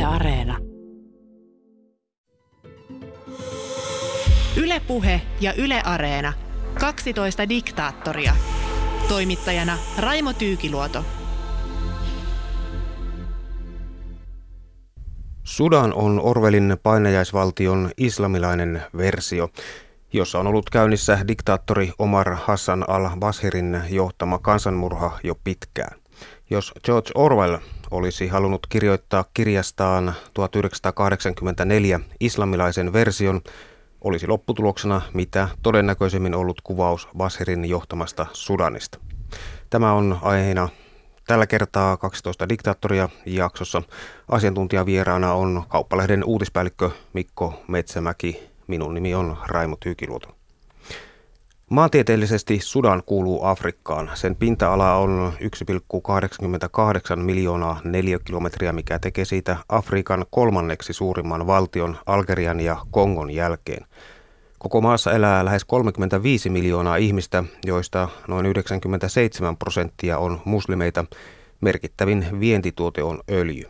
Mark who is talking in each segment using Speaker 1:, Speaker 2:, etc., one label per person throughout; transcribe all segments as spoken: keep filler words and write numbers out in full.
Speaker 1: Areena. Yle Puhe ja Yle Areena. kaksitoista diktaattoria. Toimittajana Raimo Tyykiluoto.
Speaker 2: Sudan on Orwellin painajaisvaltion islamilainen versio, jossa on ollut käynnissä diktaattori Omar Hassan al-Bashirin johtama kansanmurha jo pitkään. Jos George Orwell olisi halunnut kirjoittaa kirjastaan tuhatyhdeksänsataakahdeksankymmentäneljä islamilaisen version, olisi lopputuloksena mitä todennäköisemmin ollut kuvaus Bashirin johtamasta Sudanista. Tämä on aiheena tällä kertaa kaksitoista diktaattoria jaksossa. Asiantuntijavieraana on Kauppalehden uutispäällikkö Mikko Metsämäki. Minun nimi on Raimo Tyykiluoto. Maantieteellisesti Sudan kuuluu Afrikkaan. Sen pinta-ala on yksi pilkku kahdeksankymmentäkahdeksan miljoonaa neliökilometriä, mikä tekee siitä Afrikan kolmanneksi suurimman valtion Algerian ja Kongon jälkeen. Koko maassa elää lähes kolmekymmentäviisi miljoonaa ihmistä, joista noin yhdeksänkymmentäseitsemän prosenttia on muslimeita. Merkittävin vientituote on öljy.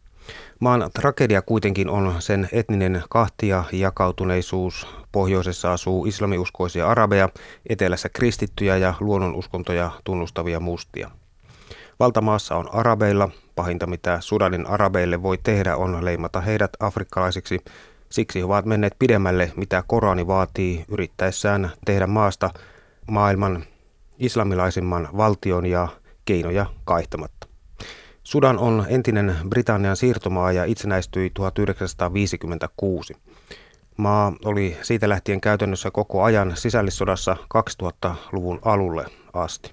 Speaker 2: Maan tragedia kuitenkin on sen etninen kahtia jakautuneisuus. Pohjoisessa asuu islamiuskoisia arabeja, etelässä kristittyjä ja luonnonuskontoja tunnustavia mustia. Valtamaassa on arabeilla. Pahinta mitä Sudanin arabeille voi tehdä on leimata heidät afrikkalaisiksi. Siksi he ovat menneet pidemmälle mitä Korani vaatii yrittäessään tehdä maasta maailman islamilaisimman valtion ja keinoja kaihtamatta. Sudan on entinen Britannian siirtomaa ja itsenäistyi tuhatyhdeksänsataaviisikymmentäkuusi. Maa oli siitä lähtien käytännössä koko ajan sisällissodassa kaksituhattaluvun alulle asti.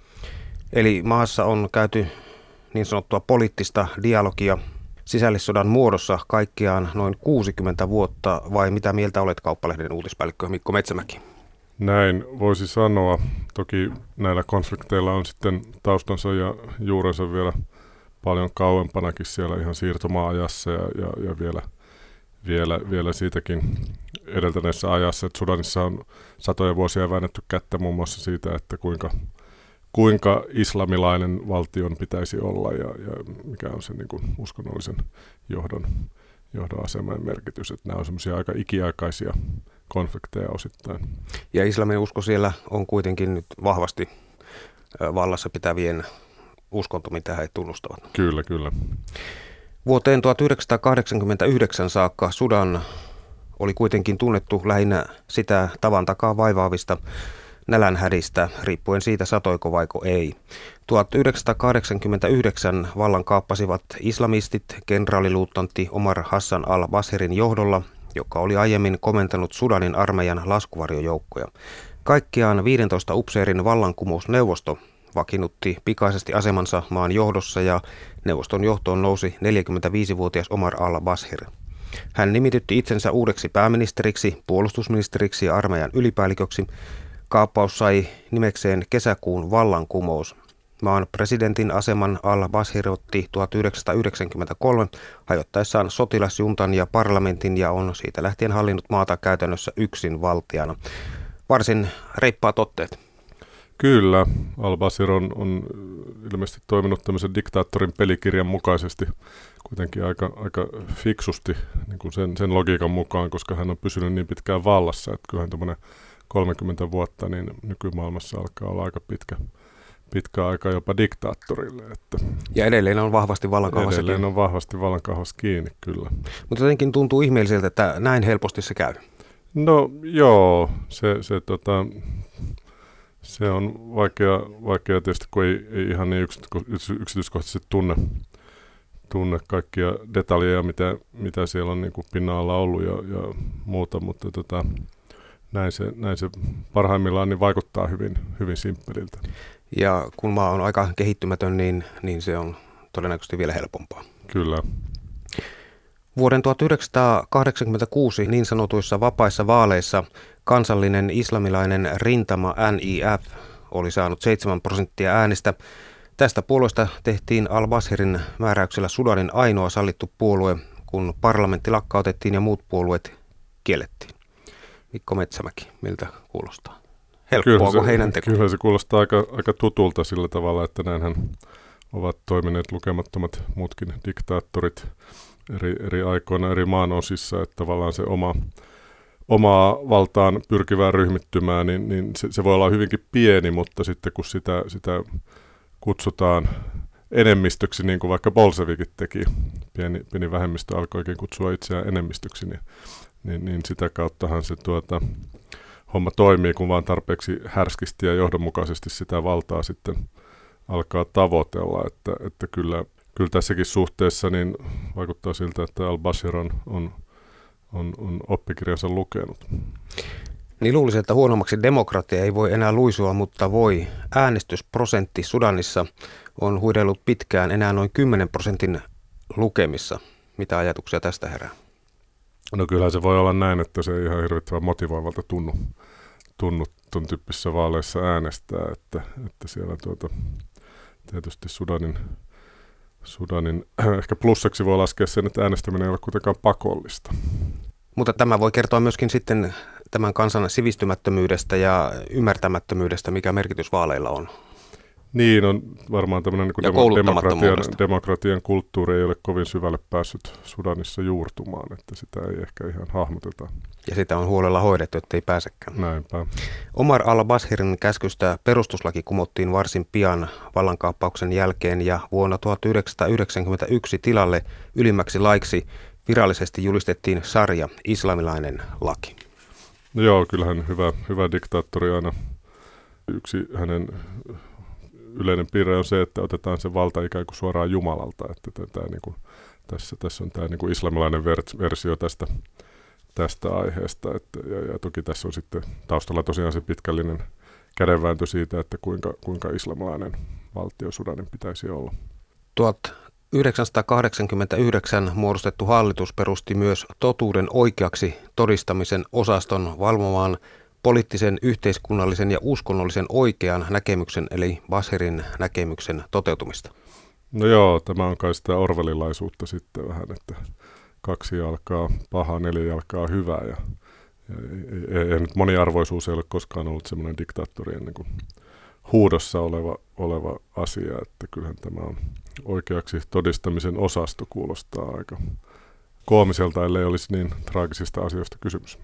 Speaker 2: Eli maassa on käyty niin sanottua poliittista dialogia sisällissodan muodossa kaikkiaan noin kuusikymmentä vuotta, vai mitä mieltä olet Kauppalehden uutispäällikkö Mikko Metsämäki?
Speaker 3: Näin voisi sanoa. Toki näillä konflikteilla on sitten taustansa ja juurensa vielä paljon kauempanakin siellä ihan siirtomaa-ajassa ja, ja, ja vielä, vielä, vielä siitäkin edeltäneessä ajassa. Että Sudanissa on satoja vuosia väännetty kättä muun muassa siitä, että kuinka, kuinka islamilainen valtion pitäisi olla ja, ja mikä on sen niin kuin uskonnollisen johdon, johdon asema ja merkitys. Että nämä on semmoisia aika ikiaikaisia konflikteja osittain.
Speaker 2: Ja islamin usko siellä on kuitenkin nyt vahvasti vallassa pitävien uskonto, mitä he tunnustavat.
Speaker 3: Kyllä, kyllä.
Speaker 2: Vuoteen tuhatyhdeksänsataakahdeksankymmentäyhdeksän saakka Sudan oli kuitenkin tunnettu lähinnä sitä tavan takaa vaivaavista nälänhädistä, riippuen siitä satoiko vaiko ei. tuhatyhdeksänsataakahdeksankymmentäyhdeksän vallan kaappasivat islamistit kenraaliluutnantti Omar Hassan al-Bashirin johdolla, joka oli aiemmin komentanut Sudanin armeijan laskuvarjojoukkoja. Kaikkiaan viidentoista upseerin vallankumousneuvosto vakiinnutti pikaisesti asemansa maan johdossa ja neuvoston johtoon nousi neljäkymmentäviisivuotias Omar al-Bashir. Hän nimitytti itsensä uudeksi pääministeriksi, puolustusministeriksi ja armeijan ylipäälliköksi. Kaappaus sai nimekseen kesäkuun vallankumous. Maan presidentin aseman al-Bashir otti tuhatyhdeksänsataayhdeksänkymmentäkolme hajottaessaan sotilasjuntan ja parlamentin ja on siitä lähtien hallinnut maata käytännössä yksin valtiana. Varsin reippaat otteet.
Speaker 3: Kyllä, al-Bashir on, on ilmeisesti toiminut tämmöisen diktaattorin pelikirjan mukaisesti kuitenkin aika, aika fiksusti niin kuin sen, sen logiikan mukaan, koska hän on pysynyt niin pitkään vallassa, että kyllähän tämmöinen kolmekymmentä vuotta niin nykymaailmassa alkaa olla aika pitkä, pitkä aika jopa diktaattorille. Että
Speaker 2: ja edelleen on vahvasti vallankahvassa
Speaker 3: Edelleen on vahvasti vallankahvassa kiinni, kyllä.
Speaker 2: Mutta jotenkin tuntuu ihmeelliseltä, että näin helposti se käy.
Speaker 3: No joo, se, se, tota, se on vaikea, vaikea tietysti, kun ei, ei ihan niin yksityiskohtaisesti tunne, tunne kaikkia detaljeja, mitä, mitä siellä on niin kuin pinnan alla ollut ja, ja muuta, mutta tota, näin, se, näin se parhaimmillaan niin vaikuttaa hyvin, hyvin simppeliltä.
Speaker 2: Ja kun maa on aika kehittymätön, niin, niin se on todennäköisesti vielä helpompaa.
Speaker 3: Kyllä.
Speaker 2: Vuoden tuhatyhdeksänsataakahdeksankymmentäkuusi niin sanotuissa vapaissa vaaleissa kansallinen islamilainen rintama N I F oli saanut seitsemän prosenttia äänistä. Tästä puolueesta tehtiin al-Bashirin määräyksellä Sudanin ainoa sallittu puolue, kun parlamentti lakkautettiin ja muut puolueet kiellettiin. Mikko Metsämäki, miltä kuulostaa? Helppoa kuin heinäntekoa.
Speaker 3: Kyllä se kuulostaa aika, aika tutulta sillä tavalla, että näinhän ovat toimineet lukemattomat muutkin diktaattorit eri, eri aikoina eri maanosissa, että tavallaan se oma, omaa valtaan pyrkivää ryhmittymää, niin, niin se, se voi olla hyvinkin pieni, mutta sitten kun sitä, sitä kutsutaan enemmistöksi, niin kuin vaikka bolsevikit teki, pieni, pieni vähemmistö alkoikin kutsua itseään enemmistöksi, niin, niin, niin sitä kauttahan se tuota, homma toimii, kun vaan tarpeeksi härskisti ja johdonmukaisesti sitä valtaa sitten alkaa tavoitella, että, että kyllä, kyllä tässäkin suhteessa niin vaikuttaa siltä, että al-Bashir on, on, on, on oppikirjansa lukenut.
Speaker 2: Niin luulisin, että huonommaksi demokratia ei voi enää luisua, mutta voi. Äänestysprosentti Sudanissa on huidellut pitkään enää noin kymmenen prosentin lukemissa. Mitä ajatuksia tästä herää?
Speaker 3: No kyllähän se voi olla näin, että se ei ihan hirvittävän motivoivalta tunnu, tunnu tuon tyyppisissä vaaleissa äänestää, että, että siellä tuota, tietysti Sudanin, Sudanin ehkä plussaksi voi laskea sen, että äänestäminen ei ole kuitenkaan pakollista.
Speaker 2: Mutta tämä voi kertoa myöskin sitten tämän kansan sivistymättömyydestä ja ymmärtämättömyydestä, mikä merkitys vaaleilla on.
Speaker 3: Niin, on varmaan tämmöinen niin demo- demokratian, demokratian kulttuuri ei ole kovin syvälle päässyt Sudanissa juurtumaan, että sitä ei ehkä ihan hahmoteta.
Speaker 2: Ja sitä on huolella hoidettu, ettei pääsekään.
Speaker 3: Näinpä.
Speaker 2: Omar al-Bashirin käskystä perustuslaki kumottiin varsin pian vallankaappauksen jälkeen ja vuonna tuhatyhdeksänsataayhdeksänkymmentäyksi tilalle ylimmäksi laiksi virallisesti julistettiin sharia, islamilainen laki.
Speaker 3: No joo, kyllähän hyvä, hyvä diktaattori aina. Yksi hänen yleinen piirre on se, että otetaan se valta ikään kuin suoraan Jumalalta. Että tämä, niin kuin, tässä, tässä on tämä niin kuin islamilainen versio tästä, tästä aiheesta. Että, ja, ja toki tässä on sitten taustalla tosiaan se pitkällinen kädenvääntö siitä, että kuinka, kuinka islamilainen valtio Sudanin pitäisi olla.
Speaker 2: tuhatyhdeksänsataakahdeksankymmentäyhdeksän muodostettu hallitus perusti myös totuuden oikeaksi todistamisen osaston valvomaan poliittisen, yhteiskunnallisen ja uskonnollisen oikean näkemyksen, eli Bashirin näkemyksen toteutumista.
Speaker 3: No joo, tämä on kai sitä orwellilaisuutta sitten vähän, että kaksi jalkaa paha, neljä jalkaa hyvää. Ja, ja, ja, ja nyt moniarvoisuus ei ole koskaan ollut semmoinen diktaattorien niin kuin huudossa oleva, oleva asia, että kyllähän tämä on oikeaksi todistamisen osasto kuulostaa aika koomiselta, ellei olisi niin traagisista asioista kysymys.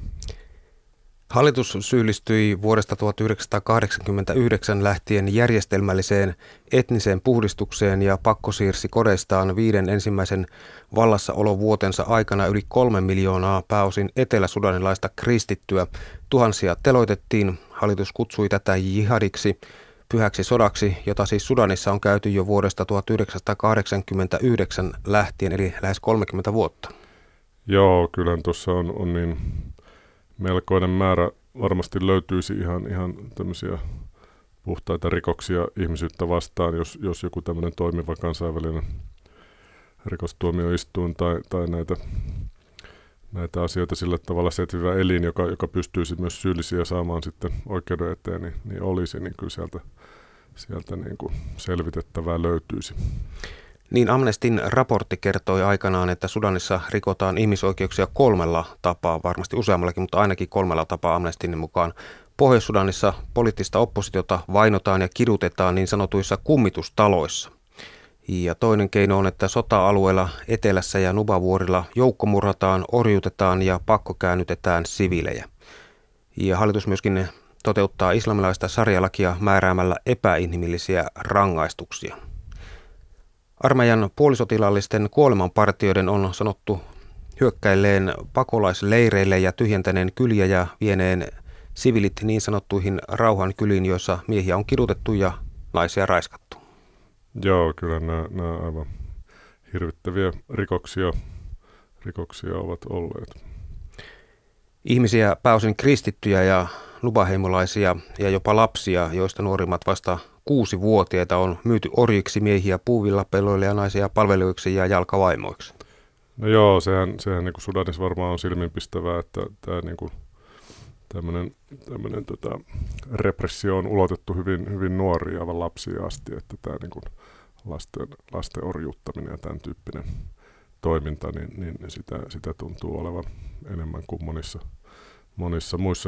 Speaker 2: Hallitus syyllistyi vuodesta tuhatyhdeksänsataakahdeksankymmentäyhdeksän lähtien järjestelmälliseen etniseen puhdistukseen ja pakkosiirsi kodeistaan viiden ensimmäisen vallassaolovuotensa aikana yli kolme miljoonaa pääosin eteläsudanilaista kristittyä. Tuhansia teloitettiin. Hallitus kutsui tätä jihadiksi, pyhäksi sodaksi, jota siis Sudanissa on käyty jo vuodesta tuhatyhdeksänsataakahdeksankymmentäyhdeksän lähtien, eli lähes kolmekymmentä vuotta.
Speaker 3: Joo, kyllähän tuossa on, on niin melkoinen määrä, varmasti löytyisi ihan, ihan tämmöisiä puhtaita rikoksia ihmisyyttä vastaan, jos, jos joku tämmöinen toimiva kansainvälinen rikostuomioistuin tai, tai näitä, näitä asioita sillä tavalla setvivä elin, joka, joka pystyisi myös syyllisiä saamaan sitten oikeuden eteen, niin, niin olisi, niin kyllä sieltä, sieltä niin kuin selvitettävää löytyisi.
Speaker 2: Niin Amnestin raportti kertoi aikanaan, että Sudanissa rikotaan ihmisoikeuksia kolmella tapaa, varmasti useammallakin, mutta ainakin kolmella tapaa Amnestin mukaan. Pohjois-Sudanissa poliittista oppositiota vainotaan ja kidutetaan niin sanotuissa kummitustaloissa. Ja toinen keino on, että sota-alueella etelässä ja Nubavuorilla joukkomurhataan, orjutetaan ja pakkokäännytetään siviilejä. Ja hallitus myöskin toteuttaa islamilaista sarjalakia määräämällä epäinhimillisiä rangaistuksia. Armeijan puolisotilaallisten kuolemanpartioiden on sanottu hyökkäilleen pakolaisleireille ja tyhjentäneen kyliä ja vieneen sivilit niin sanottuihin rauhankyliin, joissa miehiä on kidutettu ja naisia raiskattu.
Speaker 3: Joo, kyllä nämä, nämä aivan hirvittäviä rikoksia, rikoksia ovat olleet.
Speaker 2: Ihmisiä, pääosin kristittyjä ja nubaheimolaisia ja jopa lapsia, joista nuorimmat vasta kuusivuotiaita on myyty orjiksi, miehiä puuvilla peloille ja naisia palvelijoiksi ja jalkavaimoiksi.
Speaker 3: No joo, sehän, sehän niin kuin Sudanissa varmaan on silmiinpistävää, että tämä niin kuin tämmöinen, tämmöinen tota, repressio on ulotettu hyvin, hyvin nuoriin, aivan lapsiin asti, että tämä niin kuin lasten, lasten orjuuttaminen ja tämän tyyppinen toiminta, niin, niin sitä, sitä tuntuu olevan enemmän kuin monissa, monissa muissa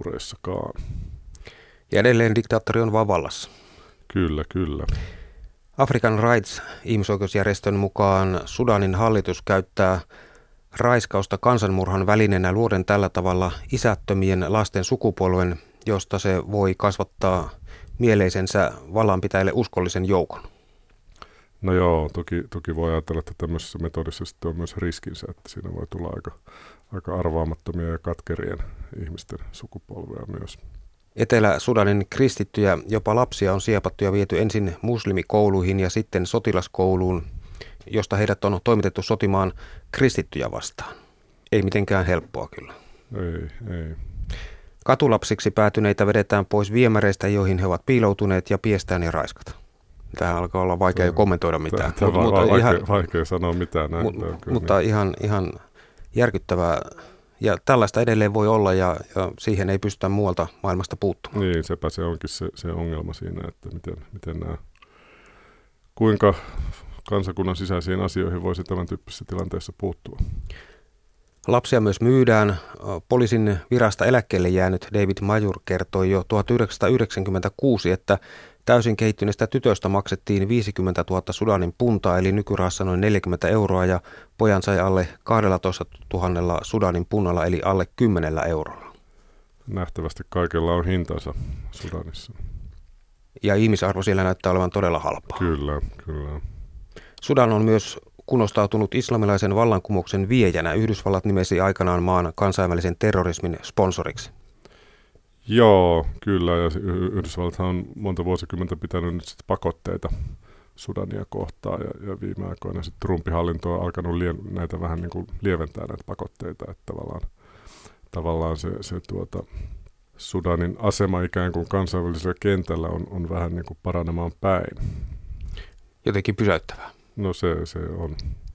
Speaker 3: diktatuureissakaan.
Speaker 2: Ja edelleen diktaattori on vallassa.
Speaker 3: Kyllä, kyllä.
Speaker 2: African Rights-ihmisoikeusjärjestön mukaan Sudanin hallitus käyttää raiskausta kansanmurhan välineenä luoden tällä tavalla isättömien lasten sukupolven, josta se voi kasvattaa mieleisensä vallanpitäjille uskollisen joukon.
Speaker 3: No joo, toki, toki voi ajatella, että tämmöisessä metodissa sitten on myös riskinsä, että siinä voi tulla aika, aika arvaamattomia ja katkerien ihmisten sukupolvea myös.
Speaker 2: Etelä-Sudanin kristittyjä, jopa lapsia on siepattu ja viety ensin muslimikouluihin ja sitten sotilaskouluun, josta heidät on toimitettu sotimaan kristittyjä vastaan. Ei mitenkään helppoa kyllä.
Speaker 3: Ei, ei.
Speaker 2: Katulapsiksi päätyneitä vedetään pois viemäreistä, joihin he ovat piiloutuneet, ja piestään ja raiskata. Tähän alkaa olla vaikea jo kommentoida mitään.
Speaker 3: Tämä on va- va- ihan, vaikea, vaikea sanoa mitään. Näin,
Speaker 2: mu-
Speaker 3: näin,
Speaker 2: mutta
Speaker 3: niin.
Speaker 2: ihan, ihan järkyttävää. Ja tällaista edelleen voi olla, ja, ja siihen ei pystytä muualta maailmasta puuttumaan.
Speaker 3: Niin, sepä se onkin se, se ongelma siinä, että miten, miten nämä, kuinka kansakunnan sisäisiin asioihin voisi tämän tyyppisessä tilanteessa puuttua.
Speaker 2: Lapsia myös myydään. Poliisin virasta eläkkeelle jäänyt David Majur kertoi jo tuhatyhdeksänsataayhdeksänkymmentäkuusi, että täysin kehittyneestä tytöstä maksettiin viisikymmentätuhatta Sudanin puntaa, eli nykyrahassa noin neljäkymmentä euroa, ja pojan sai alle kaksitoista tuhatta Sudanin punnalla, eli alle kymmenellä eurolla.
Speaker 3: Nähtävästi kaikella on hintansa Sudanissa.
Speaker 2: Ja ihmisarvo siellä näyttää olevan todella halpaa.
Speaker 3: Kyllä, kyllä.
Speaker 2: Sudan on myös kunnostautunut islamilaisen vallankumouksen viejänä. Yhdysvallat nimesi aikanaan maan kansainvälisen terrorismin sponsoriksi.
Speaker 3: Joo, kyllä. Ja Yhdysvallathan on monta vuosikymmentä pitänyt nyt sit pakotteita Sudania kohtaan. Ja, ja viime aikoina sitten Trumpin hallinto on alkanut lie, näitä vähän niin kuin lieventää näitä pakotteita. Että tavallaan, tavallaan se, se tuota, Sudanin asema ikään kuin kansainvälisellä kentällä on, on vähän niin kuin paranemaan päin.
Speaker 2: Jotenkin pysäyttävää.
Speaker 3: No se, se on.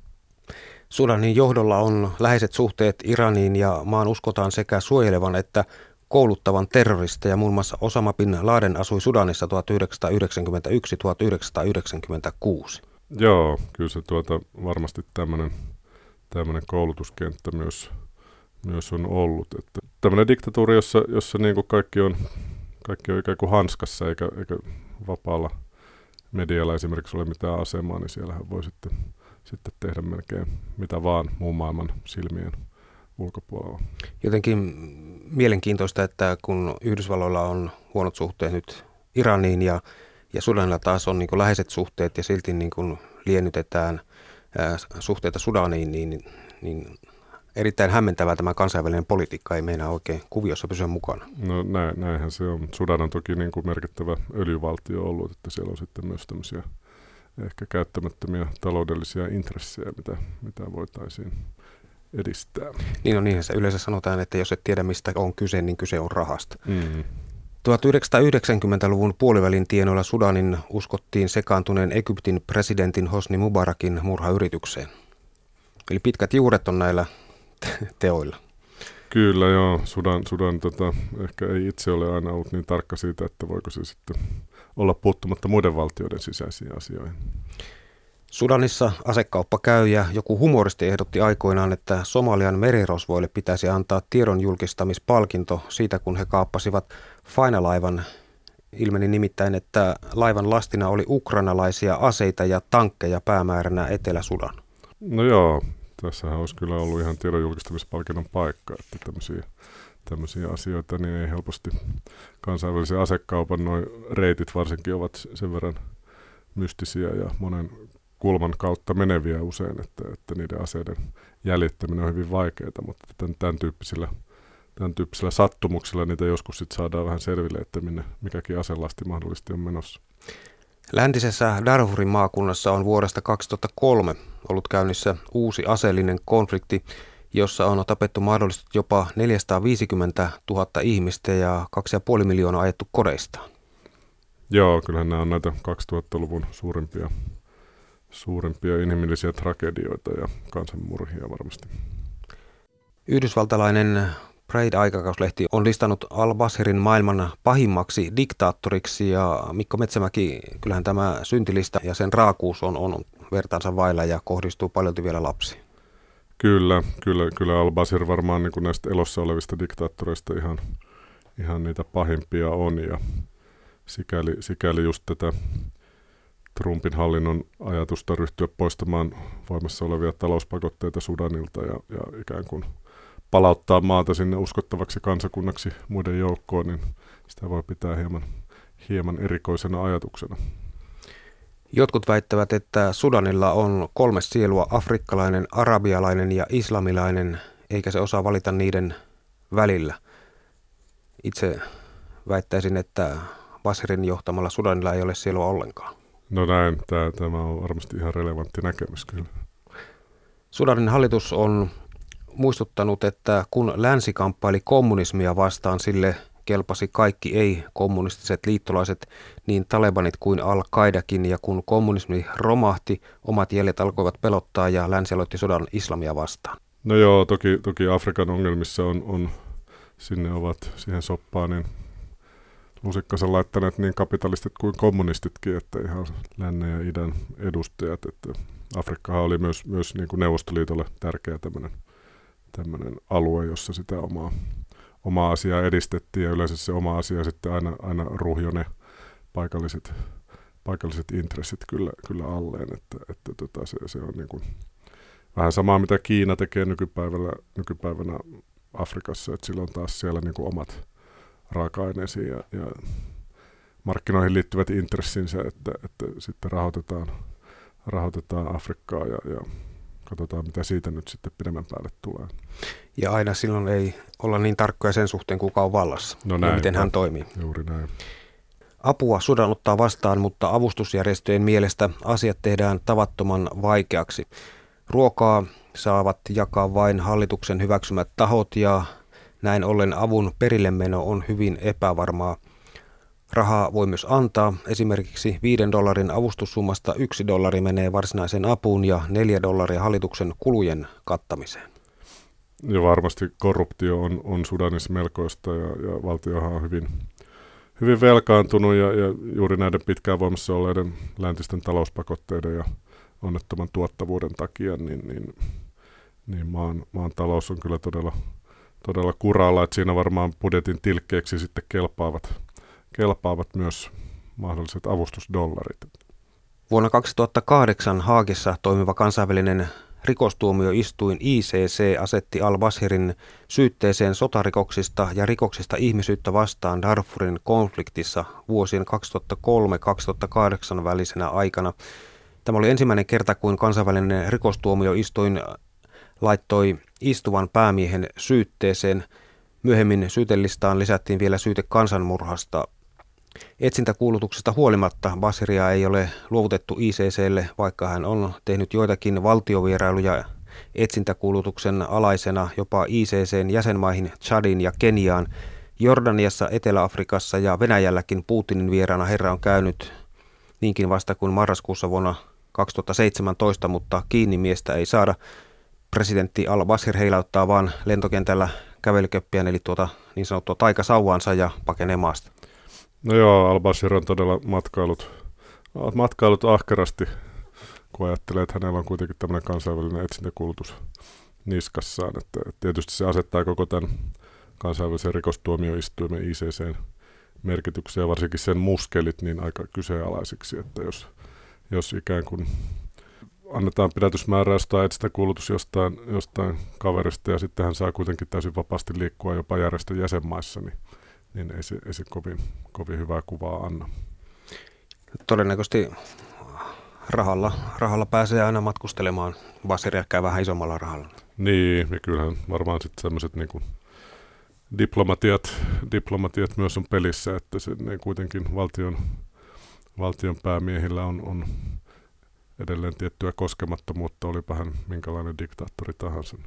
Speaker 2: Sudanin johdolla on läheiset suhteet Iraniin, ja maan uskotaan sekä suojelevan että kouluttavan terroristeja. Muun muassa Osama bin Laden asui Sudanissa tuhatyhdeksänsataayhdeksänkymmentäyksi tuhatyhdeksänsataayhdeksänkymmentäkuusi.
Speaker 3: Joo, kyllä se tuota, varmasti tämmöinen tämmöinen koulutuskenttä myös, myös on ollut. Että tämmöinen diktatuuri, jossa, jossa niin kuin kaikki, on, kaikki on ikään kuin hanskassa eikä, eikä vapaalla medialla esimerkiksi ole mitään asemaa, niin siellähän voi sitten, sitten tehdä melkein mitä vaan muun maailman silmien ulkopuolella.
Speaker 2: Jotenkin mielenkiintoista, että kun Yhdysvalloilla on huonot suhteet nyt Iraniin ja, ja Sudanilla taas on niin kuin läheiset suhteet ja silti niin kuin liennytetään ää, suhteita Sudaniin, niin, niin erittäin hämmentävää tämä kansainvälinen politiikka, ei meinaa oikein kuviossa pysyä mukana.
Speaker 3: No näin, näinhän se on. Sudan on toki niin kuin merkittävä öljyvaltio ollut, että siellä on sitten myös tämmöisiä ehkä käyttämättömiä taloudellisia intressejä, mitä, mitä voitaisiin edistää.
Speaker 2: Niin on, niinhän se yleensä sanotaan, että jos et tiedä mistä on kyse, niin kyse on rahasta.
Speaker 3: Mm.
Speaker 2: tuhatyhdeksänsataayhdeksänkymmentäluvun puolivälin tienoilla Sudanin uskottiin sekaantuneen Egyptin presidentin Hosni Mubarakin murhayritykseen. Eli pitkät juuret on näillä teoilla.
Speaker 3: Kyllä joo, Sudan, Sudan tota, ehkä ei itse ole aina ollut niin tarkka siitä, että voiko se sitten olla puuttumatta muiden valtioiden sisäisiin asioihin.
Speaker 2: Sudanissa asekauppa käy, ja joku humoristi ehdotti aikoinaan, että Somalian merirosvoille pitäisi antaa tiedon julkistamispalkinto siitä, kun he kaappasivat Faina-laivan. Ilmeni nimittäin, että laivan lastina oli ukrainalaisia aseita ja tankkeja, päämääränä Etelä-Sudan.
Speaker 3: No joo, tässähän olisi kyllä ollut ihan tiedon julkistamispalkinnon paikka, että tämmöisiä, tämmöisiä asioita niin ei helposti kansainvälisen asekaupan noi reitit varsinkin ovat sen verran mystisiä ja monen kulman kautta meneviä usein, että, että niiden aseiden jäljittäminen on hyvin vaikeaa, mutta tämän, tämän, tyyppisillä, tämän tyyppisillä sattumuksilla niitä joskus sit saadaan vähän selville, että minne mikäkin aselasti mahdollisesti on menossa.
Speaker 2: Läntisessä Darfurin maakunnassa on vuodesta kaksituhattakolme ollut käynnissä uusi aseellinen konflikti, jossa on tapettu mahdollisesti jopa neljäsataaviisikymmentätuhatta ihmistä ja kaksi pilkku viisi miljoonaa ajettu kodeistaan.
Speaker 3: Joo, kyllähän nämä on näitä kaksituhattaluvun suurimpia, suurimpia inhimillisiä tragedioita ja kansanmurhia varmasti.
Speaker 2: Yhdysvaltalainen Pride-aikakauslehti on listannut al-Bashirin maailman pahimmaksi diktaattoriksi, ja Mikko Metsämäki, kyllähän tämä syntilista ja sen raakuus on, on vertaansa vailla ja kohdistuu paljolti vielä lapsiin.
Speaker 3: Kyllä, kyllä, kyllä al-Bashir varmaan niin kuin näistä elossa olevista diktaattoreista ihan, ihan niitä pahimpia on, ja sikäli, sikäli just tätä, Trumpin hallinnon ajatusta ryhtyä poistamaan voimassa olevia talouspakotteita Sudanilta ja, ja ikään kuin palauttaa maata sinne uskottavaksi kansakunnaksi muiden joukkoon, niin sitä voi pitää hieman, hieman erikoisena ajatuksena.
Speaker 2: Jotkut väittävät, että Sudanilla on kolme sielua, afrikkalainen, arabialainen ja islamilainen, eikä se osaa valita niiden välillä. Itse väittäisin, että Bashirin johtamalla Sudanilla ei ole sielua ollenkaan.
Speaker 3: No näin, tämä, tämä on varmasti ihan relevantti näkemys kyllä.
Speaker 2: Sudanin hallitus on muistuttanut, että kun länsi kamppaili kommunismia vastaan, sille kelpasi kaikki ei-kommunistiset liittolaiset, niin talebanit kuin al-Qaidakin, ja kun kommunismi romahti, omat jäljet alkoivat pelottaa ja länsi aloitti sodan islamia vastaan.
Speaker 3: No joo, toki, toki Afrikan ongelmissa on, on, sinne ovat siihen soppaan niin lusikkansa laittaneet niin kapitalistit kuin kommunistitkin, että ihan lännen ja idän edustajat, että Afrikkahan oli myös, myös niin kuin Neuvostoliitolle tärkeä tämmöinen, tämmöinen alue, jossa sitä omaa, omaa asiaa edistettiin ja yleensä se oma asia sitten aina, aina ruhjoi ne paikalliset, paikalliset intressit kyllä, kyllä alleen, että, että tota, se, se on niin kuin vähän samaa, mitä Kiina tekee nykypäivänä, nykypäivänä Afrikassa, että sillä on taas siellä niin kuin omat raaka-aineisiin ja, ja markkinoihin liittyvät intressinsä, että, että sitten rahoitetaan, rahoitetaan Afrikkaa ja, ja katsotaan, mitä siitä nyt sitten pidemmän päälle tulee.
Speaker 2: Ja aina silloin ei olla niin tarkkoja sen suhteen, kuka on vallassa
Speaker 3: no näin,
Speaker 2: ja miten hän toimii.
Speaker 3: Juuri näin.
Speaker 2: Apua Sudan ottaa vastaan, mutta avustusjärjestöjen mielestä asiat tehdään tavattoman vaikeaksi. Ruokaa saavat jakaa vain hallituksen hyväksymät tahot ja näin ollen avun perillemeno on hyvin epävarmaa. Rahaa voi myös antaa. Esimerkiksi viiden dollarin avustussummasta yksi dollari menee varsinaiseen apuun ja neljä dollaria hallituksen kulujen kattamiseen.
Speaker 3: Ja varmasti korruptio on, on Sudanissa melkoista ja, ja valtiohan on hyvin, hyvin velkaantunut ja, ja juuri näiden pitkään voimassa olleiden läntisten talouspakotteiden ja onnettoman tuottavuuden takia, niin, niin, niin maan, maan talous on kyllä todella, todella kuralla, että siinä varmaan budjetin tilkkeeksi sitten kelpaavat, kelpaavat myös mahdolliset avustusdollarit.
Speaker 2: Vuonna kaksituhattakahdeksan Haagissa toimiva kansainvälinen rikostuomioistuin I C C asetti al-Bashirin syytteeseen sotarikoksista ja rikoksista ihmisyyttä vastaan Darfurin konfliktissa vuosien kaksituhattakolme kaksituhattakahdeksan välisenä aikana. Tämä oli ensimmäinen kerta, kun kansainvälinen rikostuomioistuin laittoi istuvan päämiehen syytteeseen. Myöhemmin syytelistaan lisättiin vielä syyte kansanmurhasta. Etsintäkuulutuksesta huolimatta Bashiria ei ole luovutettu I C C:lle, vaikka hän on tehnyt joitakin valtiovierailuja etsintäkuulutuksen alaisena jopa I C C:n jäsenmaihin Tšadiin ja Keniaan. Jordaniassa, Etelä-Afrikassa ja Venäjälläkin Putinin vieraana herra on käynyt niinkin vasta kuin marraskuussa vuonna kaksituhattaseitsemäntoista, mutta kiinni miestä ei saada. Presidentti al-Bashir heilauttaa vaan lentokentällä kävelyköppiään, eli tuota niin sanottua taikasauvaansa ja pakenee maasta.
Speaker 3: No joo, al-Bashir on todella matkailut, matkailut ahkerasti, kun ajattelee, että hänellä on kuitenkin tämmöinen kansainvälinen etsintäkuulutus niskassaan. Että, että tietysti se asettaa koko tämän kansainvälisen rikostuomioistuimen I C C:n merkityksen ja varsinkin sen muskelit niin aika kyseenalaisiksi, että jos, jos ikään kuin annetaan pidätysmääräys tai etsintäkuulutus jostain, jostain kaverista ja sitten hän saa kuitenkin täysin vapaasti liikkua jopa järjestön jäsenmaissa, niin, niin ei se, ei se kovin, kovin hyvää kuvaa anna.
Speaker 2: Todennäköisesti rahalla, rahalla pääsee aina matkustelemaan. Bashiria käy vähän isommalla rahalla.
Speaker 3: Niin, ja kyllähän varmaan sitten sellaiset niin kuin diplomatiat, diplomatiat myös on pelissä, että se, ne kuitenkin valtion, valtion päämiehillä on, on edelleen tiettyä koskemattomuutta, olipa hän minkälainen diktaattori tahansa.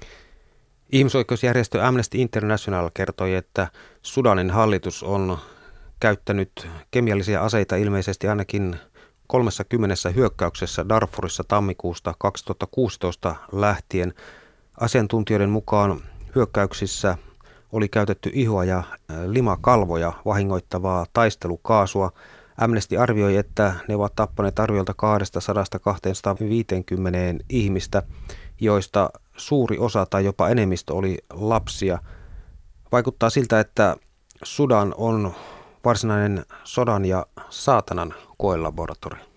Speaker 2: Ihmisoikeusjärjestö Amnesty International kertoi, että Sudanin hallitus on käyttänyt kemiallisia aseita ilmeisesti ainakin kolmekymmentä hyökkäyksessä Darfurissa tammikuusta kaksituhattakuusitoista lähtien. Asiantuntijoiden mukaan hyökkäyksissä oli käytetty ihoa ja limakalvoja vahingoittavaa taistelukaasua. Amnesty arvioi, että ne ovat tappaneet arviolta kaksisataa kaksisataaviisikymmentä ihmistä, joista suuri osa tai jopa enemmistö oli lapsia. Vaikuttaa siltä, että Sudan on varsinainen sodan ja saatanan koelaboratorio.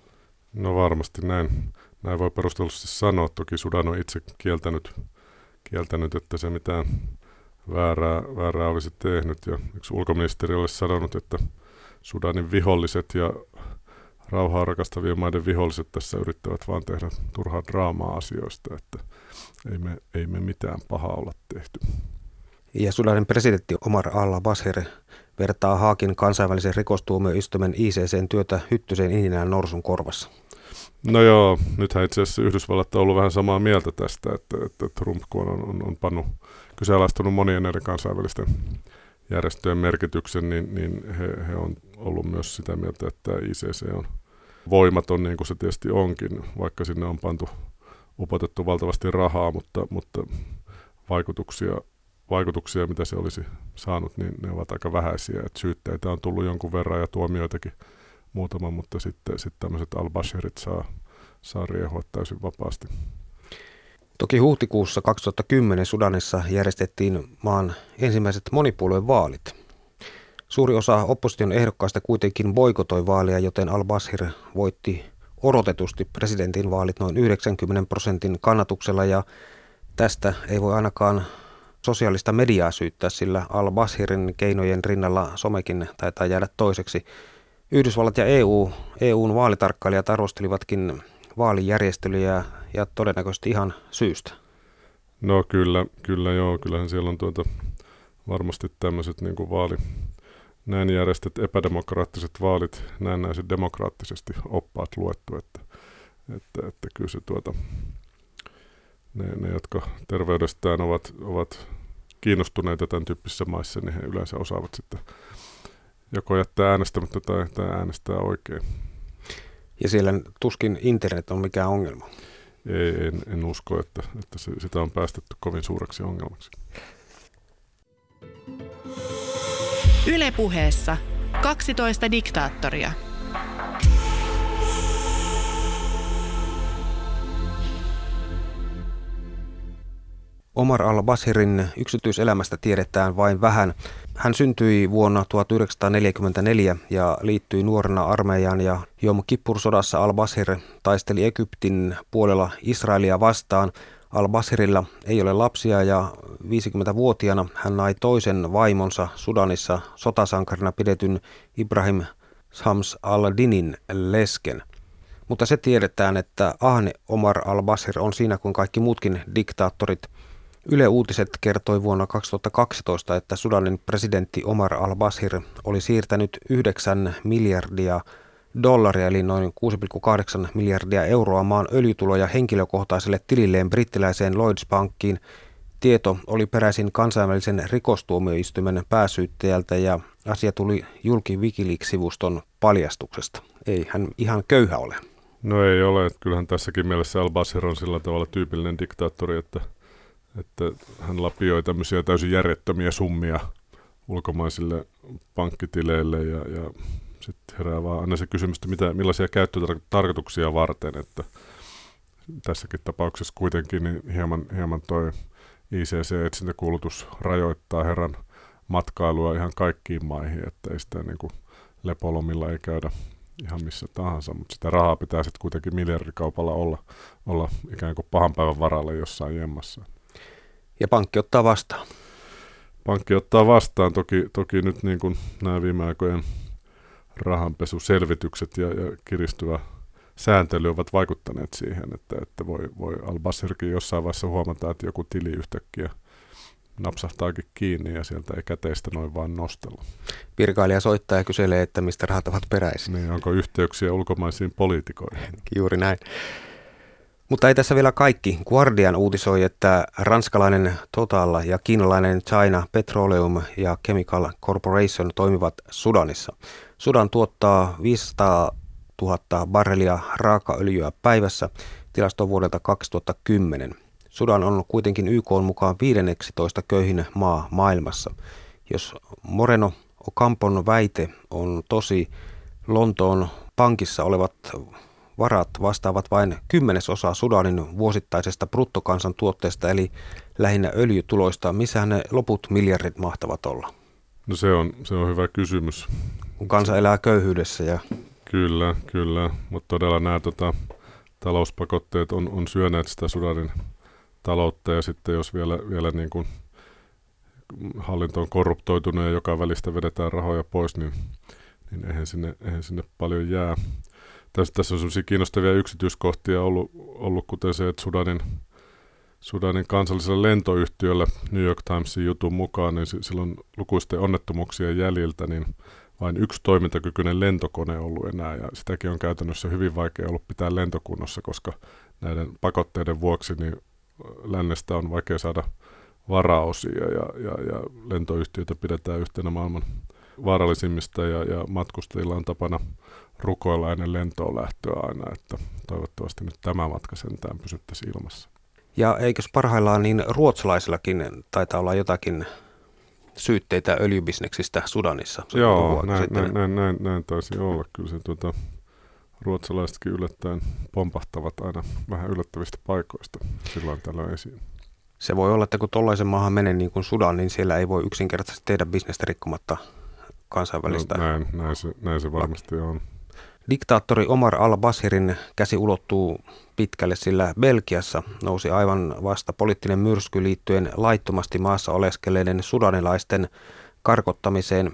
Speaker 3: No varmasti näin, näin voi perustellusti sanoa. Toki Sudan on itse kieltänyt, kieltänyt että se mitään väärää, väärää olisi tehnyt. Ja yksi ulkoministeri olisi sanonut, että Sudanin viholliset ja rauhaa rakastavien maiden viholliset tässä yrittävät vaan tehdä turhaa draamaa asioista, että ei me, ei me mitään pahaa olla tehty.
Speaker 2: Ja Sudanin presidentti Omar al-Bashir vertaa Haagin kansainvälisen rikostuomioistuimen I C C:n työtä hyttysen ininään norsun korvassa.
Speaker 3: No joo, nythän itse asiassa Yhdysvallat on ollut vähän samaa mieltä tästä, että, että Trump kun on, on, on pannut, kyseenalaistanut monien eri kansainvälisten järjestöjen merkityksen, niin, niin he, he on ollut myös sitä mieltä, että I C C on voimaton, niin kuin se tietysti onkin, vaikka sinne on pantu, upotettu valtavasti rahaa, mutta, mutta vaikutuksia, vaikutuksia, mitä se olisi saanut, niin ne ovat aika vähäisiä. Et syytteitä on tullut jonkun verran ja tuomioitakin muutama, mutta sitten, sitten tämmöiset al-Bashirit saa, saa riehua täysin vapaasti.
Speaker 2: Toki huhtikuussa kaksituhattakymmenen Sudanissa järjestettiin maan ensimmäiset monipuoluevaalit. Suuri osa opposition ehdokkaista kuitenkin boikotoi vaalia, joten al-Bashir voitti odotetusti presidentin vaalit noin yhdeksänkymmentä prosentin kannatuksella, ja tästä ei voi ainakaan sosiaalista mediaa syyttää, sillä al-Bashirin keinojen rinnalla somekin taitaa jäädä toiseksi. Yhdysvallat ja E U, E U:n vaalitarkkailijat arvostelivatkin vaalijärjestelyjä ja todennäköisesti ihan syystä.
Speaker 3: No kyllä, kyllä joo, kyllähän siellä on tuota, varmasti tämmöiset niin kuin vaali, näin järjestet epädemokraattiset vaalit näennäiset demokraattisesti oppaat luettu, että, että, että kyllä se tuota, ne, ne, jotka terveydestään ovat, ovat kiinnostuneita tämän tyyppisissä maissa, niin he yleensä osaavat sitten joko jättää äänestämättä tai, tai äänestää oikein.
Speaker 2: Ja siellä tuskin internet on mikään ongelma.
Speaker 3: Ei, en, en usko, että, että se, sitä on päästetty kovin suureksi ongelmaksi.
Speaker 1: Yle Puheessa kaksitoista diktaattoria.
Speaker 2: Omar al-Bashirin yksityiselämästä tiedetään vain vähän. Hän syntyi vuonna tuhatyhdeksänsataaneljäkymmentäneljä ja liittyi nuorena armeijaan, ja Jom Kippur-sodassa al-Bashir taisteli Egyptin puolella Israelia vastaan. Al-Bashirilla ei ole lapsia ja viisikymmentävuotiaana hän nai toisen vaimonsa Sudanissa sotasankarina pidetyn Ibrahim Shams al-Dinin lesken. Mutta se tiedetään, että ahne Omar al-Bashir on siinä kuin kaikki muutkin diktaattorit. Yle Uutiset kertoi vuonna kaksituhattakaksitoista, että Sudanin presidentti Omar al-Bashir oli siirtänyt yhdeksän miljardia dollaria eli noin kuusi pilkku kahdeksan miljardia euroa maan öljytuloja henkilökohtaiselle tililleen brittiläiseen Lloyds-pankkiin. Tieto oli peräisin kansainvälisen rikostuomioistuimen pääsyyttäjältä ja asia tuli julki WikiLeaks-sivuston paljastuksesta. Ei hän ihan köyhä ole.
Speaker 3: No ei ole. Kyllähän tässäkin mielessä al-Bashir on sillä tavalla tyypillinen diktaattori, että, että hän lapioi tämmöisiä täysin järjettömiä summia ulkomaisille pankkitileille ja, ja sitten herää vaan aina se kysymys, että mitä, millaisia käyttötarkoituksia varten, että tässäkin tapauksessa kuitenkin niin hieman, hieman toi I C C-etsintäkuulutus rajoittaa herran matkailua ihan kaikkiin maihin, että ei sitä niin kuin lepolomilla ei käydä ihan missä tahansa, mutta sitä rahaa pitää sitten kuitenkin miljardikaupalla olla, olla ikään kuin pahan päivän varalle jossain jemmassa.
Speaker 2: Ja pankki ottaa vastaan.
Speaker 3: Pankki ottaa vastaan, toki, toki nyt niin kuin nämä viime aikojen rahanpesuselvitykset ja, ja kiristyvä sääntely ovat vaikuttaneet siihen, että, että voi, voi al-Bashirkin jossain vaiheessa huomata, että joku tili yhtäkkiä napsahtaakin kiinni ja sieltä ei käteistä noin vaan nostella.
Speaker 2: Virkailija soittaa ja kyselee, että mistä rahat ovat peräisin.
Speaker 3: Niin, onko yhteyksiä ulkomaisiin poliitikoihin?
Speaker 2: Juuri näin. Mutta ei tässä vielä kaikki. Guardian uutisoi, että ranskalainen Total ja kiinalainen China Petroleum ja Chemical Corporation toimivat Sudanissa. Sudan tuottaa viisisataatuhatta barrelia raakaöljyä päivässä, tilasto vuodelta kaksituhattakymmenen. Sudan on kuitenkin Y K:n mukaan viidenneksitoista köyhin maa maailmassa. Jos Moreno Ocampon väite on tosi, Lontoon pankissa olevat varat vastaavat vain kymmenesosaa Sudanin vuosittaisesta bruttokansantuotteesta, eli lähinnä öljytuloista. Missähän ne loput miljardit mahtavat olla?
Speaker 3: No se on, se on hyvä kysymys.
Speaker 2: Kun kansa elää köyhyydessä ja
Speaker 3: Kyllä, kyllä, mutta todella nämä tota, talouspakotteet on, on syöneet sitä Sudanin taloutta ja sitten jos vielä, vielä niin kuin hallinto on korruptoitunut ja joka välistä vedetään rahoja pois, niin, niin eihän, sinne, eihän sinne paljon jää. Tässä, tässä on sellaisia kiinnostavia yksityiskohtia ollut, ollut kuten se, että Sudanin, Sudanin kansallisella lentoyhtiöllä New York Timesin jutun mukaan, niin silloin lukuisten onnettomuuksien jäljiltä, niin vain yksi toimintakykyinen lentokone on ollut enää, ja sitäkin on käytännössä hyvin vaikea ollut pitää lentokunnossa, koska näiden pakotteiden vuoksi niin lännestä on vaikea saada varaosia, ja, ja, ja lentoyhtiöitä pidetään yhtenä maailman vaarallisimmista, ja, ja matkustajilla on tapana rukoilla ennen lentoon lähtöä aina, että toivottavasti nyt tämä matka sentään pysyttäisiin ilmassa.
Speaker 2: Ja eikös parhaillaan niin ruotsalaisillakin taitaa olla jotakin syytteitä öljybisneksistä Sudanissa?
Speaker 3: Joo, näin, näin, näin, näin, näin taisi olla. Kyllä se tuota, ruotsalaisetkin yllättäen pompahtavat aina vähän yllättävistä paikoista silloin tällöin esiin.
Speaker 2: Se voi olla, että kun tollaisen maahan menee niin kuin Sudan, niin siellä ei voi yksinkertaisesti tehdä bisnestä rikkomatta kansainvälistä.
Speaker 3: No, näin, näin, se, näin se varmasti on.
Speaker 2: Diktaattori Omar al-Bashirin käsi ulottuu pitkälle, sillä Belgiassa nousi aivan vasta poliittinen myrsky liittyen laittomasti maassa oleskeleiden sudanilaisten karkottamiseen.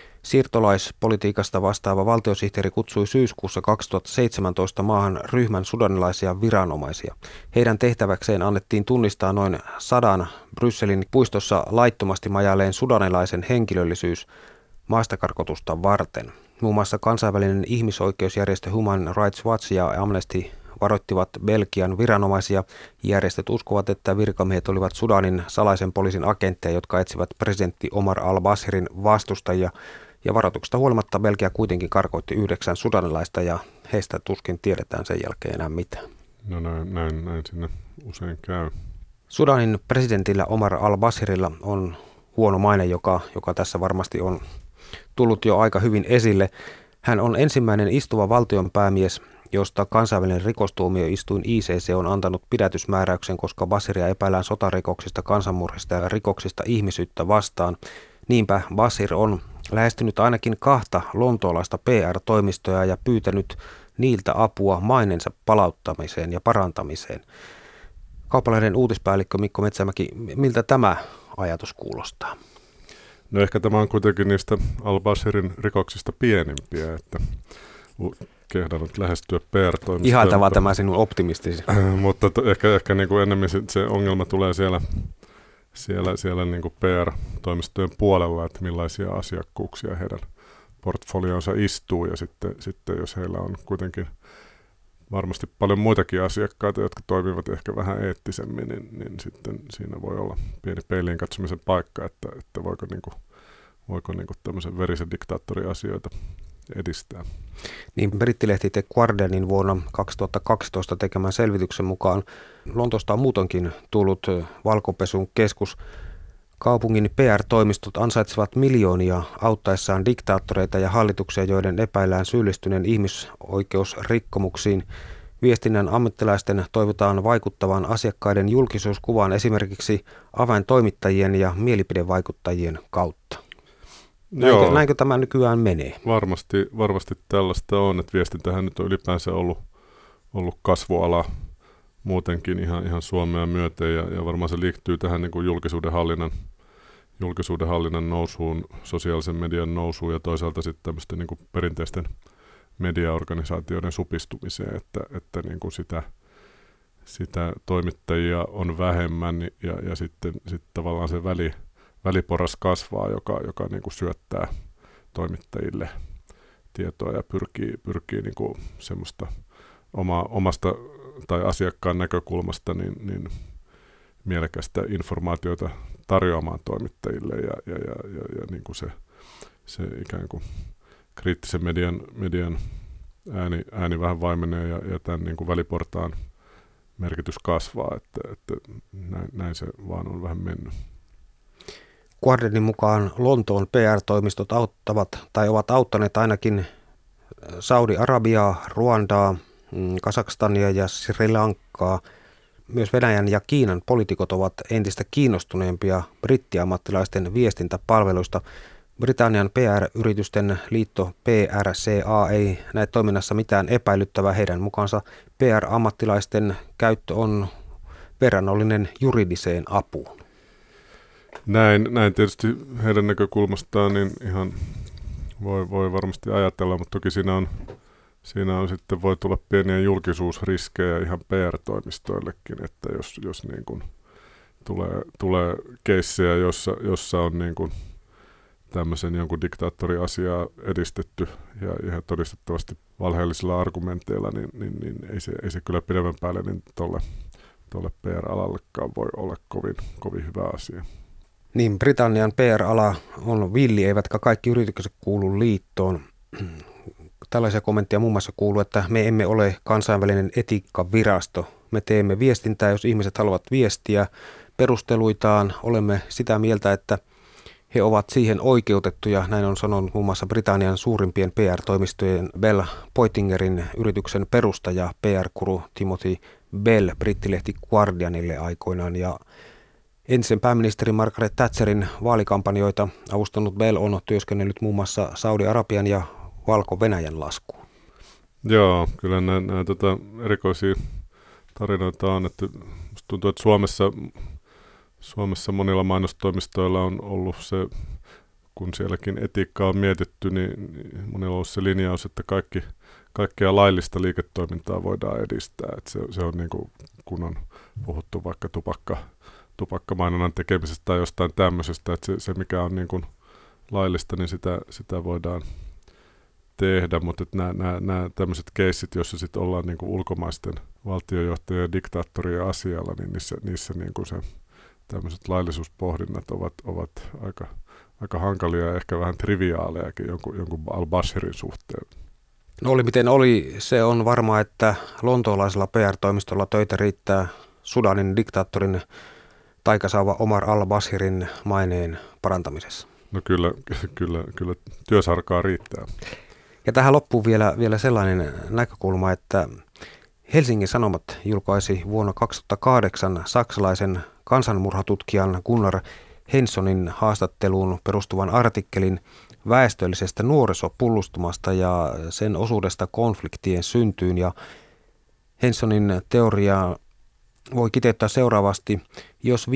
Speaker 2: Siirtolaispolitiikasta vastaava valtiosihteeri kutsui syyskuussa kaksituhattaseitsemäntoista maahan ryhmän sudanilaisia viranomaisia. Heidän tehtäväkseen annettiin tunnistaa noin sadan Brysselin puistossa laittomasti majaileen sudanilaisen henkilöllisyys maastakarkotusta varten. Muun muassa kansainvälinen ihmisoikeusjärjestö Human Rights Watch ja Amnesty varoittivat Belgian viranomaisia. Järjestöt uskovat, että virkamiehet olivat Sudanin salaisen poliisin agentteja, jotka etsivät presidentti Omar al-Bashirin vastustajia. Ja varoituksesta huolimatta Belgia kuitenkin karkoitti yhdeksän sudanilaista ja heistä tuskin tiedetään sen jälkeen enää mitään.
Speaker 3: No näin, näin, näin sinne usein käy.
Speaker 2: Sudanin presidentillä Omar al-Bashirilla on huono maine, joka, joka tässä varmasti on tullut jo aika hyvin esille. Hän on ensimmäinen istuva valtionpäämies, josta kansainvälinen rikostuomioistuin I C C on antanut pidätysmääräyksen, koska Bashiria epäillään sotarikoksista, kansanmurhista ja rikoksista ihmisyyttä vastaan. Niinpä Bashir on lähestynyt ainakin kahta lontoolaista P R-toimistoja ja pyytänyt niiltä apua mainensa palauttamiseen ja parantamiseen. Kauppalehden uutispäällikkö Mikko Metsämäki, miltä tämä ajatus kuulostaa?
Speaker 3: No ehkä tämä on kuitenkin niistä al-Bashirin rikoksista pienimpiä, että kehdannut lähestyä P R-toimistoja.
Speaker 2: Ihailtavaa tämä sinun optimistisi.
Speaker 3: Mutta to, ehkä, ehkä niin kuin enemmän se, se ongelma tulee siellä, siellä, siellä niin kuin P R-toimistojen puolella, että millaisia asiakkuuksia heidän portfolionsa istuu, ja sitten, sitten jos heillä on kuitenkin varmasti paljon muitakin asiakkaita, jotka toimivat ehkä vähän eettisemmin, niin, niin sitten siinä voi olla pieni peiliin katsomisen paikka, että, että voiko, niin kuin, voiko niin kuin tämmöisen verisen diktaattorin asioita edistää.
Speaker 2: Niin brittilehti The Guardianin vuonna kaksituhattakaksitoista tekemän selvityksen mukaan Lontoosta on muutenkin tullut valkopesun keskus. Kaupungin P R-toimistot ansaitsevat miljoonia auttaessaan diktaattoreita ja hallituksia, joiden epäillään syyllistyneen ihmisoikeusrikkomuksiin. Viestinnän ammattilaisten toivotaan vaikuttavan asiakkaiden julkisuuskuvaan esimerkiksi avaintoimittajien ja mielipidevaikuttajien kautta. Näinkö, näinkö tämä nykyään menee?
Speaker 3: Varmasti, varmasti tällaista on, että viestintähän nyt on ylipäänsä ollut, ollut kasvuala muutenkin ihan, ihan Suomea myöten, ja, ja varmaan se liittyy tähän niin kuin julkisuuden hallinnan, julkisuuden hallinnan nousuun, sosiaalisen median nousuun ja toisaalta sitten tämmöisten niin kuin perinteisten mediaorganisaatioiden supistumiseen, että, että niin kuin sitä, sitä toimittajia on vähemmän ja, ja sitten, sitten tavallaan se väli, väliporras kasvaa, joka, joka niin kuin syöttää toimittajille tietoa ja pyrkii, pyrkii niin kuin semmoista oma, omasta tai asiakkaan näkökulmasta niin, niin mielekästä informaatiota tarjoamaan toimittajille ja, ja, ja, ja, ja niin kuin se, se ikään kuin kriittisen median, median ääni, ääni vähän vaimenee ja, ja tämän niin kuin väliportaan merkitys kasvaa, että, että näin, näin se vaan on vähän mennyt.
Speaker 2: Guardianin mukaan Lontoon P R-toimistot auttavat tai ovat auttaneet ainakin Saudi-Arabiaa, Ruandaa, Kazakstania ja Sri Lankaa. Myös Venäjän ja Kiinan poliitikot ovat entistä kiinnostuneempia brittiammattilaisten viestintäpalveluista. Britannian P R-yritysten liitto P R C A ei näe toiminnassa mitään epäilyttävää. Heidän mukaansa P R-ammattilaisten käyttö on verrannollinen juridiseen apuun.
Speaker 3: Näin, näin tietysti heidän näkökulmastaan niin ihan voi, voi varmasti ajatella, mutta toki siinä on, siinä on sitten voi tulla pieniä julkisuusriskejä ihan P R-toimistoillekin, että jos, jos niin kuin tulee, tulee keissejä, jossa, jossa on niin kuin tämmöisen jonkun diktaattoriasiaa edistetty ja ihan todistettavasti valheellisilla argumenteilla, niin, niin, niin ei, se, ei se kyllä pidemmän päälle niin tuolle, tuolle P R-alallekaan voi olla kovin, kovin hyvä asia.
Speaker 2: Niin, Britannian P R-ala on villi, eivätkä kaikki yritykset kuulu liittoon. Tällaisia kommentteja muun muassa kuuluu, että me emme ole kansainvälinen etiikkavirasto. Me teemme viestintää, jos ihmiset haluavat viestiä perusteluitaan. Olemme sitä mieltä, että he ovat siihen oikeutettuja. Näin on sanonut muun muassa Britannian suurimpien P R-toimistojen Bell Pointingerin yrityksen perustaja P R-kuru Timothy Bell brittilehti Guardianille aikoinaan. Ja entisen pääministeri Margaret Thatcherin vaalikampanjoita avustanut Bell on työskennellyt muun muassa Saudi-Arabian ja Valko-Venäjän laskuun.
Speaker 3: Joo, kyllä nämä, nämä tota, erikoisia tarinoita on, että musta tuntuu, että Suomessa, Suomessa monilla mainostoimistoilla on ollut se, kun sielläkin etiikkaa on mietitty, niin, niin monilla on ollut se linjaus, että kaikki, kaikkea laillista liiketoimintaa voidaan edistää. Että se, se on niin kuin, kun on puhuttu vaikka tupakka, tupakkamainonnan tekemisestä tai jostain tämmöisestä, että se, se mikä on niin kuin laillista, niin sitä, sitä voidaan tehdä, mutta nämä, nämä, nämä tämmöiset keissit, joissa sitten ollaan niin kuin ulkomaisten valtiojohtajien ja diktaattorien asialla, niin niissä, niissä niin kuin se tämmöiset laillisuuspohdinnat ovat, ovat aika, aika hankalia ja ehkä vähän triviaalejakin jonkun, jonkun al-Bashirin suhteen.
Speaker 2: No oli miten oli, se on varmaa, että lontoolaisella P R-toimistolla töitä riittää Sudanin diktaattorin taikasaava Omar al-Bashirin maineen parantamisessa.
Speaker 3: No kyllä, kyllä, kyllä työsarkaa riittää.
Speaker 2: Ja tähän loppuu vielä, vielä sellainen näkökulma, että Helsingin Sanomat julkaisi vuonna kaksituhattakahdeksan saksalaisen kansanmurhatutkijan Gunnar Henssonin haastatteluun perustuvan artikkelin väestöllisestä nuorisopullustumasta ja sen osuudesta konfliktien syntyyn. Ja Henssonin teoria voi kiteyttää seuraavasti: jos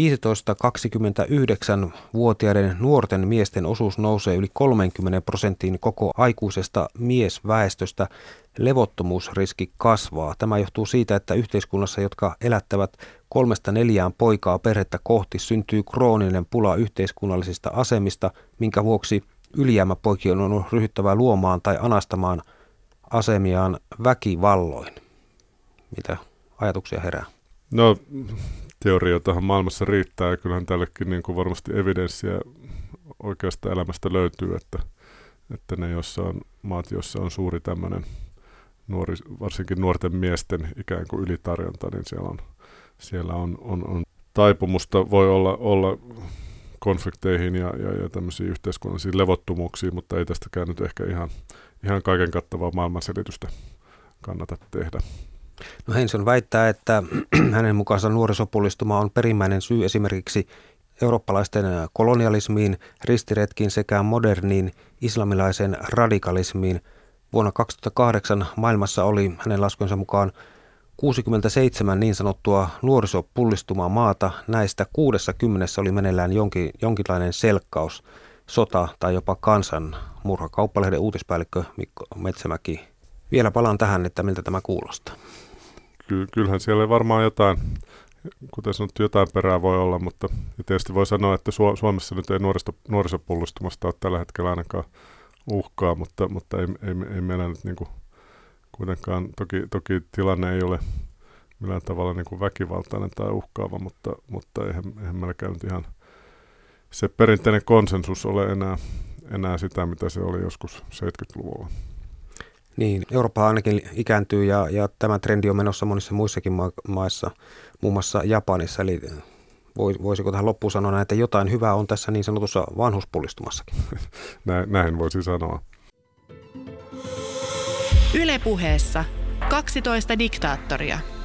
Speaker 2: viisitoista–kaksikymmentäyhdeksän-vuotiaiden nuorten miesten osuus nousee yli kolmekymmentä prosenttiin koko aikuisesta miesväestöstä, levottomuusriski kasvaa. Tämä johtuu siitä, että yhteiskunnassa, jotka elättävät kolmesta neljään poikaa perhettä kohti, syntyy krooninen pula yhteiskunnallisista asemista, minkä vuoksi ylijäämäpoikien on ryhdyttävä luomaan tai anastamaan asemiaan väkivalloin. Mitä ajatuksia herää?
Speaker 3: No, teorioitahan maailmassa riittää ja kyllähän tällekin niin kuin varmasti evidenssiä oikeasta elämästä löytyy, että, että ne jossa on maat, joissa on suuri tämmöinen nuori, varsinkin nuorten miesten ikään kuin ylitarjonta, niin siellä on, siellä on, on, on taipumusta, voi olla, olla konflikteihin ja, ja, ja tämmöisiin yhteiskunnallisiin levottomuuksiin, mutta ei tästäkään nyt ehkä ihan, ihan kaiken kattavaa maailmanselitystä kannata tehdä.
Speaker 2: No Hensson väittää, että hänen mukaansa nuorisopullistuma on perimmäinen syy esimerkiksi eurooppalaisten kolonialismiin, ristiretkiin sekä moderniin islamilaiseen radikalismiin. Vuonna kaksituhattakahdeksan maailmassa oli hänen laskujensa mukaan kuusikymmentäseitsemän niin sanottua nuorisopullistumaa maata. Näistä kuudessakymmenessä oli meneillään jonkin, jonkinlainen selkkaus, sota tai jopa kansanmurha. Kauppalehden uutispäällikkö Mikko Metsämäki. Vielä palaan tähän, että miltä tämä kuulostaa.
Speaker 3: Kyllähän siellä varmaan jotain, kuten sanottu, jotain perää voi olla, mutta tietysti voi sanoa, että Suomessa nyt ei nuorisopullistumasta ole tällä hetkellä ainakaan uhkaa, mutta, mutta ei, ei, ei meillä nyt niin kuin kuitenkaan, toki, toki tilanne ei ole millään tavalla niin kuin väkivaltainen tai uhkaava, mutta, mutta eihän, eihän meilläkään nyt ihan se perinteinen konsensus ole enää, enää sitä, mitä se oli joskus seitsemänkymmentäluvulla.
Speaker 2: Niin, Eurooppa ainakin ikääntyy ja, ja tämä trendi on menossa monissa muissakin ma- maissa, muun muassa Japanissa. Eli voisiko tähän loppuun sanoa, että jotain hyvää on tässä niin sanotussa vanhuspullistumassakin?
Speaker 3: Näin, näin voisi sanoa.
Speaker 1: Yle Puheessa kaksitoista diktaattoria.